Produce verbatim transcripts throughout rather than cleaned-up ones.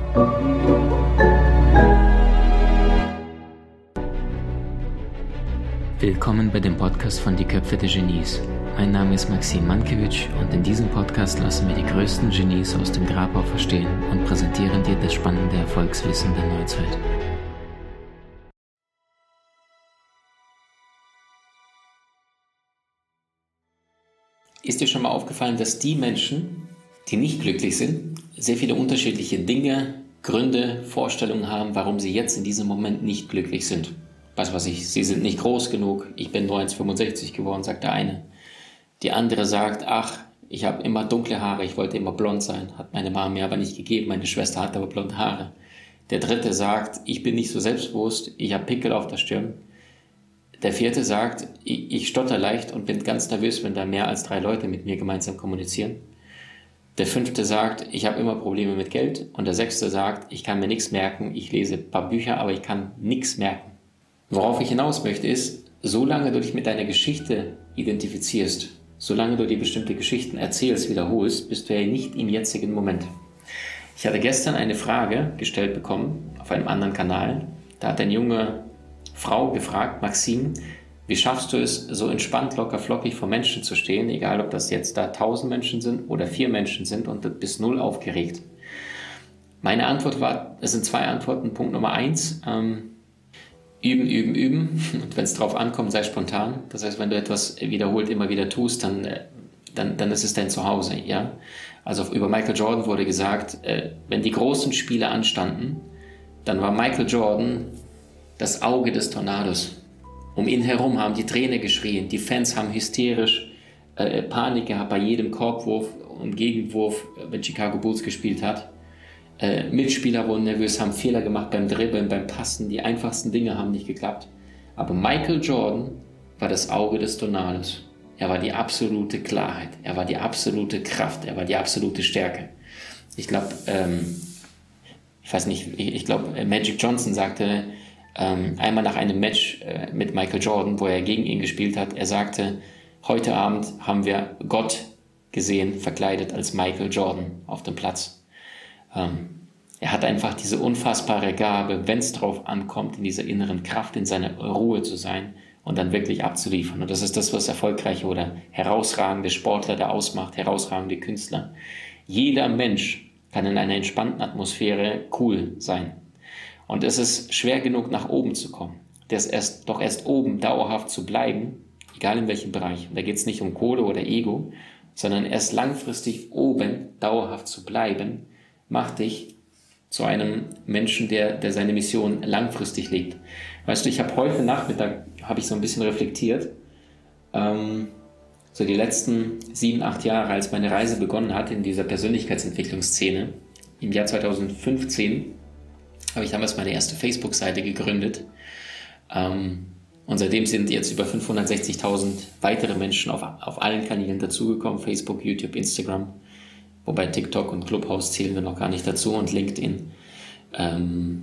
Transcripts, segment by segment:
Willkommen bei dem Podcast von Die Köpfe der Genies. Mein Name ist Maxim Mankewitsch und in diesem Podcast lassen wir die größten Genies aus dem Grabau verstehen und präsentieren dir das spannende Erfolgswissen der Neuzeit. Ist dir schon mal aufgefallen, dass die Menschen, die nicht glücklich sind, sehr viele unterschiedliche Dinge, Gründe, Vorstellungen haben, warum sie jetzt in diesem Moment nicht glücklich sind? Was weiß ich, sie sind nicht groß genug, ich bin nur eins Komma fünfundsechzig geworden, sagt der eine. Die andere sagt, ach, ich habe immer dunkle Haare, ich wollte immer blond sein, hat meine Mama mir aber nicht gegeben, meine Schwester hat aber blonde Haare. Der dritte sagt, ich bin nicht so selbstbewusst, ich habe Pickel auf der Stirn. Der vierte sagt, ich, ich stotter leicht und bin ganz nervös, wenn da mehr als drei Leute mit mir gemeinsam kommunizieren. Der fünfte sagt, ich habe immer Probleme mit Geld. Und der sechste sagt, ich kann mir nichts merken, ich lese ein paar Bücher, aber ich kann nichts merken. Worauf ich hinaus möchte ist, solange du dich mit deiner Geschichte identifizierst, solange du dir bestimmte Geschichten erzählst, wiederholst, bist du ja nicht im jetzigen Moment. Ich hatte gestern eine Frage gestellt bekommen auf einem anderen Kanal. Da hat eine junge Frau gefragt, Maxim, wie schaffst du es, so entspannt, locker, flockig vor Menschen zu stehen, egal ob das jetzt da tausend Menschen sind oder vier Menschen sind und du bist null aufgeregt. Meine Antwort war, es sind zwei Antworten. Punkt Nummer eins, ähm, Üben, üben, üben und wenn es drauf ankommt, sei spontan. Das heißt, wenn du etwas wiederholt immer wieder tust, dann, dann, dann ist es dein Zuhause. Ja? Also über Michael Jordan wurde gesagt, wenn die großen Spiele anstanden, dann war Michael Jordan das Auge des Tornados. Um ihn herum haben die Trainer geschrien, die Fans haben hysterisch äh, Panik gehabt bei jedem Korbwurf und Gegenwurf, wenn Chicago Bulls gespielt hat. Äh, Mitspieler wurden nervös, haben Fehler gemacht beim Dribbeln, beim Passen. Die einfachsten Dinge haben nicht geklappt. Aber Michael Jordan war das Auge des Tornados. Er war die absolute Klarheit. Er war die absolute Kraft. Er war die absolute Stärke. Ich glaube, ähm, ich weiß nicht, ich, ich glaube, Magic Johnson sagte ähm, einmal nach einem Match äh, mit Michael Jordan, wo er gegen ihn gespielt hat, er sagte, heute Abend haben wir Gott gesehen, verkleidet als Michael Jordan auf dem Platz. Ähm, er hat einfach diese unfassbare Gabe, wenn es drauf ankommt, in dieser inneren Kraft, in seiner Ruhe zu sein und dann wirklich abzuliefern. Und das ist das, was erfolgreiche oder herausragende Sportler da ausmacht, herausragende Künstler. Jeder Mensch kann in einer entspannten Atmosphäre cool sein. Und es ist schwer genug, nach oben zu kommen. Das erst, doch erst oben dauerhaft zu bleiben, egal in welchem Bereich. Und da geht es nicht um Kohle oder Ego, sondern erst langfristig oben dauerhaft zu bleiben, macht dich zu einem Menschen, der, der seine Mission langfristig lebt. Weißt du, ich habe heute Nachmittag, habe ich so ein bisschen reflektiert, ähm, so die letzten sieben, acht Jahre, als meine Reise begonnen hat in dieser Persönlichkeitsentwicklungsszene. Im Jahr zweitausendfünfzehn habe ich damals meine erste Facebook-Seite gegründet. Ähm, und seitdem sind jetzt über fünfhundertsechzigtausend weitere Menschen auf, auf allen Kanälen dazugekommen, Facebook, YouTube, Instagram. Wobei TikTok und Clubhouse zählen wir noch gar nicht dazu und LinkedIn. Ähm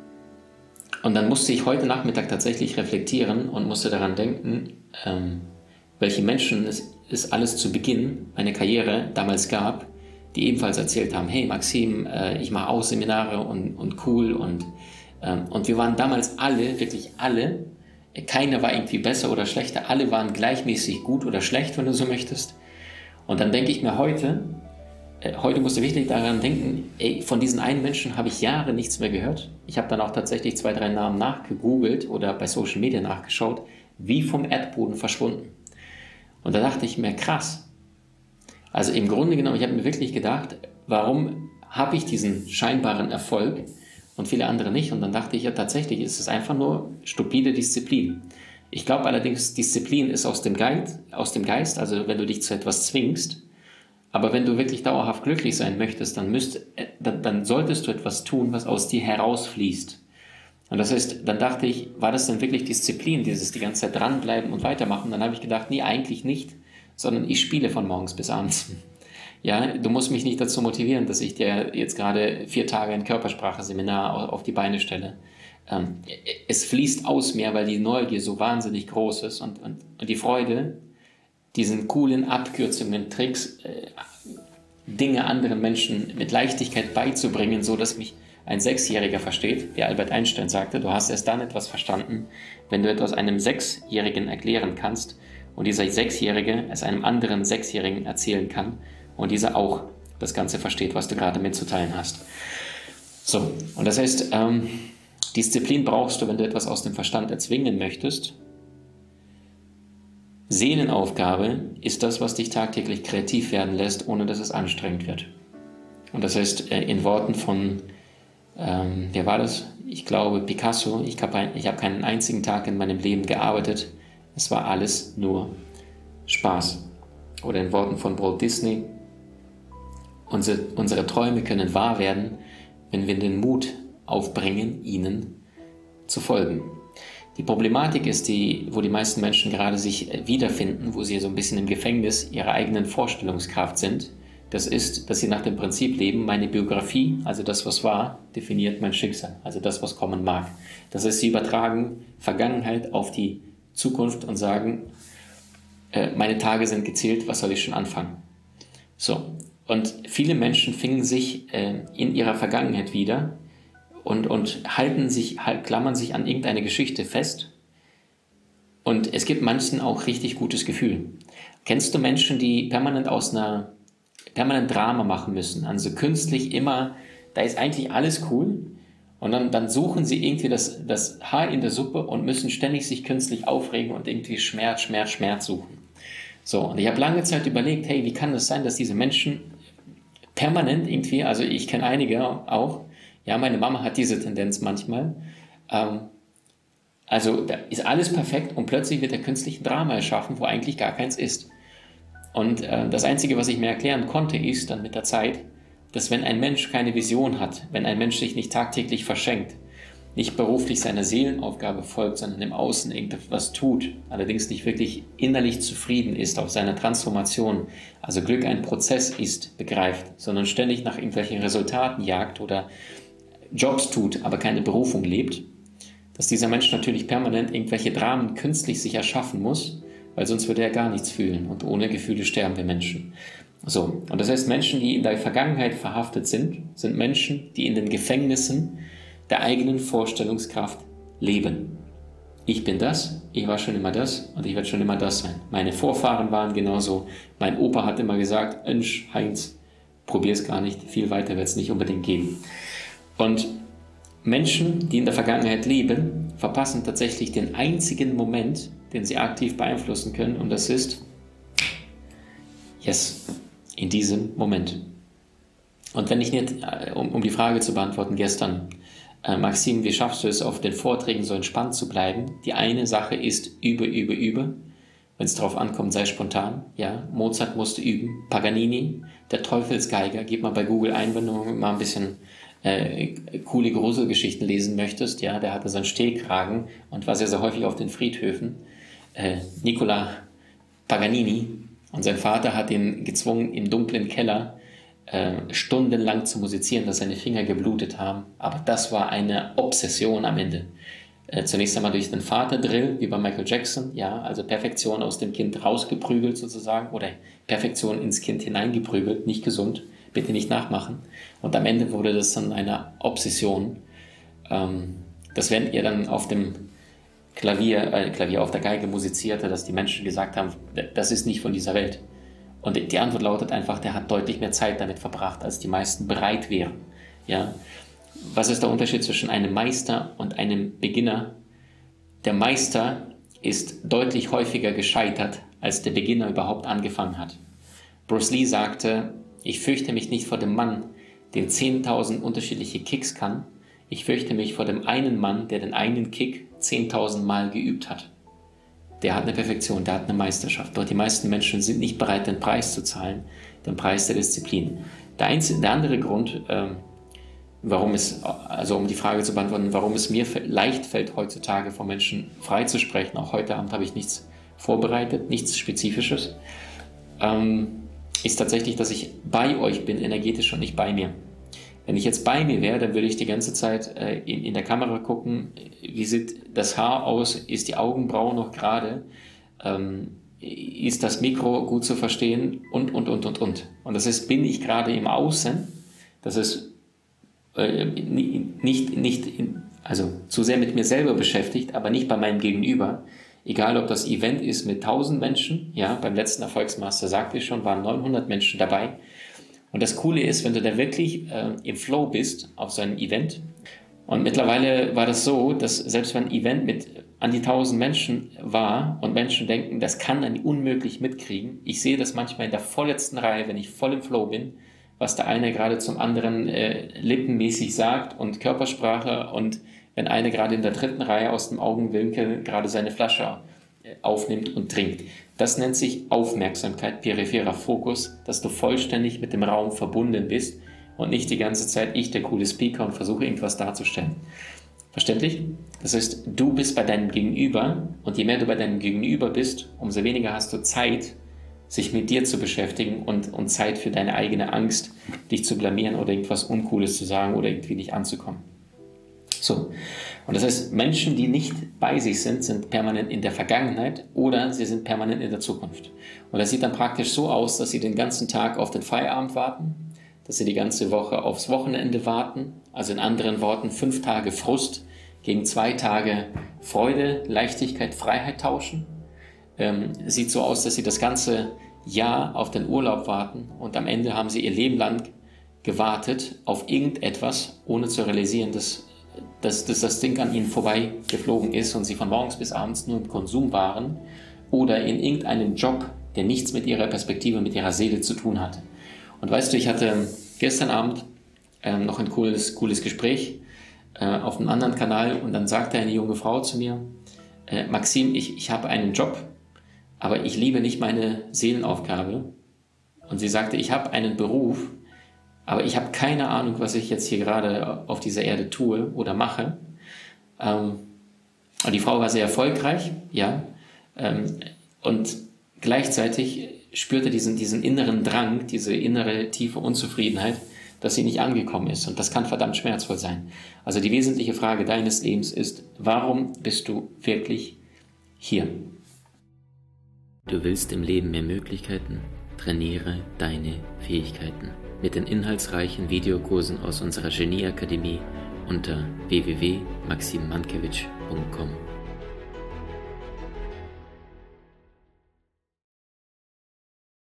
und dann musste ich heute Nachmittag tatsächlich reflektieren und musste daran denken, ähm, welche Menschen es, es alles zu Beginn meiner Karriere damals gab, die ebenfalls erzählt haben, hey Maxim, äh, ich mache auch Seminare und, und cool. Und, ähm, und wir waren damals alle, wirklich alle, keiner war irgendwie besser oder schlechter, alle waren gleichmäßig gut oder schlecht, wenn du so möchtest. Und dann denke ich mir heute, Heute musste ich wirklich daran denken, ey, von diesen einen Menschen habe ich Jahre nichts mehr gehört. Ich habe dann auch tatsächlich zwei, drei Namen nachgegoogelt oder bei Social Media nachgeschaut, wie vom Erdboden verschwunden. Und da dachte ich mir, krass. Also im Grunde genommen, ich habe mir wirklich gedacht, warum habe ich diesen scheinbaren Erfolg und viele andere nicht? Und dann dachte ich, ja tatsächlich ist es einfach nur stupide Disziplin. Ich glaube allerdings, Disziplin ist aus dem Geist, aus dem Geist, also wenn du dich zu etwas zwingst. Aber wenn du wirklich dauerhaft glücklich sein möchtest, dann, müsst, dann, dann solltest du etwas tun, was aus dir herausfließt. Und das heißt, dann dachte ich, war das denn wirklich Disziplin, dieses die ganze Zeit dranbleiben und weitermachen? Dann habe ich gedacht, nee, eigentlich nicht, sondern ich spiele von morgens bis abends. Ja, du musst mich nicht dazu motivieren, dass ich dir jetzt gerade vier Tage ein Körpersprache-Seminar auf die Beine stelle. Ähm, es fließt aus mir, weil die Neugier so wahnsinnig groß ist und, und, und die Freude, diesen coolen Abkürzungen, Tricks, äh, Dinge anderen Menschen mit Leichtigkeit beizubringen, so dass mich ein Sechsjähriger versteht, wie Albert Einstein sagte. Du hast erst dann etwas verstanden, wenn du etwas einem Sechsjährigen erklären kannst und dieser Sechsjährige es einem anderen Sechsjährigen erzählen kann und dieser auch das Ganze versteht, was du gerade mitzuteilen hast. So, und das heißt, ähm, Disziplin brauchst du, wenn du etwas aus dem Verstand erzwingen möchtest. Seelenaufgabe ist das, was dich tagtäglich kreativ werden lässt, ohne dass es anstrengend wird. Und das heißt, in Worten von, ähm, wer war das? Ich glaube Picasso, ich habe ein, ich hab keinen einzigen Tag in meinem Leben gearbeitet, es war alles nur Spaß. Oder in Worten von Walt Disney, unsere, unsere Träume können wahr werden, wenn wir den Mut aufbringen, ihnen zu folgen. Die Problematik ist, die, wo die meisten Menschen gerade sich wiederfinden, wo sie so ein bisschen im Gefängnis ihrer eigenen Vorstellungskraft sind. Das ist, dass sie nach dem Prinzip leben, meine Biografie, also das, was war, definiert mein Schicksal, also das, was kommen mag. Das heißt, sie übertragen Vergangenheit auf die Zukunft und sagen, äh, meine Tage sind gezählt, was soll ich schon anfangen? So, und viele Menschen finden sich äh, in ihrer Vergangenheit wieder, Und, und halten sich, halt, klammern sich an irgendeine Geschichte fest. Und es gibt manchen auch richtig gutes Gefühl. Kennst du Menschen, die permanent aus einer, permanent Drama machen müssen? Also künstlich immer, da ist eigentlich alles cool. Und dann, dann suchen sie irgendwie das, das Haar in der Suppe und müssen ständig sich künstlich aufregen und irgendwie Schmerz, Schmerz, Schmerz suchen. So, und ich habe lange Zeit überlegt, hey, wie kann es sein, dass diese Menschen permanent irgendwie, also ich kenne einige auch, ja, meine Mama hat diese Tendenz manchmal. Ähm, also da ist alles perfekt und plötzlich wird der künstliche Drama erschaffen, wo eigentlich gar keins ist. Und äh, das Einzige, was ich mir erklären konnte, ist dann mit der Zeit, dass wenn ein Mensch keine Vision hat, wenn ein Mensch sich nicht tagtäglich verschenkt, nicht beruflich seiner Seelenaufgabe folgt, sondern im Außen irgendetwas tut, allerdings nicht wirklich innerlich zufrieden ist auf seiner Transformation, also Glück ein Prozess ist, begreift, sondern ständig nach irgendwelchen Resultaten jagt oder Jobs tut, aber keine Berufung lebt, dass dieser Mensch natürlich permanent irgendwelche Dramen künstlich sich erschaffen muss, weil sonst würde er gar nichts fühlen und ohne Gefühle sterben wir Menschen. So, und das heißt, Menschen, die in der Vergangenheit verhaftet sind, sind Menschen, die in den Gefängnissen der eigenen Vorstellungskraft leben. Ich bin das, ich war schon immer das und ich werde schon immer das sein. Meine Vorfahren waren genauso. Mein Opa hat immer gesagt, Mensch, Heinz, probier's gar nicht, viel weiter wird es nicht unbedingt gehen. Und Menschen, die in der Vergangenheit leben, verpassen tatsächlich den einzigen Moment, den sie aktiv beeinflussen können, und das ist, yes, in diesem Moment. Und wenn ich nicht, um, um die Frage zu beantworten gestern, äh, Maxim, wie schaffst du es, auf den Vorträgen so entspannt zu bleiben? Die eine Sache ist, übe, übe, übe. Wenn es darauf ankommt, sei spontan. Ja, Mozart musste üben, Paganini, der Teufelsgeiger, gib mal bei Google ein, wenn du mal ein bisschen Äh, coole Gruselgeschichten lesen möchtest, ja, der hatte so einen Stehkragen und war sehr, sehr häufig auf den Friedhöfen. Äh, Nicola Paganini, und sein Vater hat ihn gezwungen, im dunklen Keller äh, stundenlang zu musizieren, dass seine Finger geblutet haben. Aber das war eine Obsession am Ende. Äh, zunächst einmal durch den Vaterdrill, wie bei Michael Jackson, ja, also Perfektion aus dem Kind rausgeprügelt sozusagen oder Perfektion ins Kind hineingeprügelt, nicht gesund. Bitte nicht nachmachen. Und am Ende wurde das dann eine Obsession, ähm, dass wenn ihr dann auf dem Klavier, äh, Klavier auf der Geige musizierte, dass die Menschen gesagt haben, das ist nicht von dieser Welt. Und die Antwort lautet einfach, der hat deutlich mehr Zeit damit verbracht, als die meisten bereit wären. Ja? Was ist der Unterschied zwischen einem Meister und einem Beginner? Der Meister ist deutlich häufiger gescheitert, als der Beginner überhaupt angefangen hat. Bruce Lee sagte, ich fürchte mich nicht vor dem Mann, der zehntausend unterschiedliche Kicks kann. Ich fürchte mich vor dem einen Mann, der den einen Kick zehntausend Mal geübt hat. Der hat eine Perfektion, der hat eine Meisterschaft. Doch die meisten Menschen sind nicht bereit, den Preis zu zahlen, den Preis der Disziplin. Der, einzige, der andere Grund, ähm, warum es, also um die Frage zu beantworten, warum es mir leicht fällt, heutzutage vor Menschen frei zu sprechen, auch heute Abend habe ich nichts vorbereitet, nichts Spezifisches, ähm, ist tatsächlich, dass ich bei euch bin, energetisch und nicht bei mir. Wenn ich jetzt bei mir wäre, dann würde ich die ganze Zeit äh, in, in der Kamera gucken, wie sieht das Haar aus, ist die Augenbraue noch gerade, ähm, ist das Mikro gut zu verstehen und, und, und, und, und. Und das ist, bin ich gerade im Außen, das ist äh, nicht, nicht, also zu sehr mit mir selber beschäftigt, aber nicht bei meinem Gegenüber. Egal, ob das Event ist mit tausend Menschen, ja, beim letzten Erfolgsmaster sagte ich schon, waren neunhundert Menschen dabei. Und das Coole ist, wenn du da wirklich äh, im Flow bist auf so einem Event. Und mittlerweile war das so, dass selbst wenn ein Event mit an die tausend Menschen war und Menschen denken, das kann man unmöglich mitkriegen. Ich sehe das manchmal in der vorletzten Reihe, wenn ich voll im Flow bin, was der eine gerade zum anderen äh, lippenmäßig sagt und Körpersprache, und wenn einer gerade in der dritten Reihe aus dem Augenwinkel gerade seine Flasche aufnimmt und trinkt. Das nennt sich Aufmerksamkeit, peripherer Fokus, dass du vollständig mit dem Raum verbunden bist und nicht die ganze Zeit ich, der coole Speaker, und versuche irgendwas darzustellen. Verständlich? Das heißt, du bist bei deinem Gegenüber, und je mehr du bei deinem Gegenüber bist, umso weniger hast du Zeit, sich mit dir zu beschäftigen und, und Zeit für deine eigene Angst, dich zu blamieren oder irgendwas Uncooles zu sagen oder irgendwie nicht anzukommen. So, und das heißt, Menschen, die nicht bei sich sind, sind permanent in der Vergangenheit oder sie sind permanent in der Zukunft. Und das sieht dann praktisch so aus, dass sie den ganzen Tag auf den Feierabend warten, dass sie die ganze Woche aufs Wochenende warten, also in anderen Worten fünf Tage Frust gegen zwei Tage Freude, Leichtigkeit, Freiheit tauschen. Ähm, sieht so aus, dass sie das ganze Jahr auf den Urlaub warten und am Ende haben sie ihr Leben lang gewartet auf irgendetwas, ohne zu realisieren, dass Dass, dass das Ding an ihnen vorbei geflogen ist und sie von morgens bis abends nur im Konsum waren oder in irgendeinem Job, der nichts mit ihrer Perspektive, mit ihrer Seele zu tun hatte. Und weißt du, ich hatte gestern Abend äh, noch ein cooles, cooles Gespräch äh, auf einem anderen Kanal, und dann sagte eine junge Frau zu mir, äh, Maxim, ich, ich habe einen Job, aber ich liebe nicht meine Seelenaufgabe. Und sie sagte, ich habe einen Beruf, aber ich habe keine Ahnung, was ich jetzt hier gerade auf dieser Erde tue oder mache. Ähm, und die Frau war sehr erfolgreich, ja. Ähm, und gleichzeitig spürte diesen, diesen inneren Drang, diese innere tiefe Unzufriedenheit, dass sie nicht angekommen ist. Und das kann verdammt schmerzvoll sein. Also die wesentliche Frage deines Lebens ist, warum bist du wirklich hier? Du willst im Leben mehr Möglichkeiten? Trainiere deine Fähigkeiten mit den inhaltsreichen Videokursen aus unserer Genieakademie unter w w w punkt maxim mankiewicz punkt com.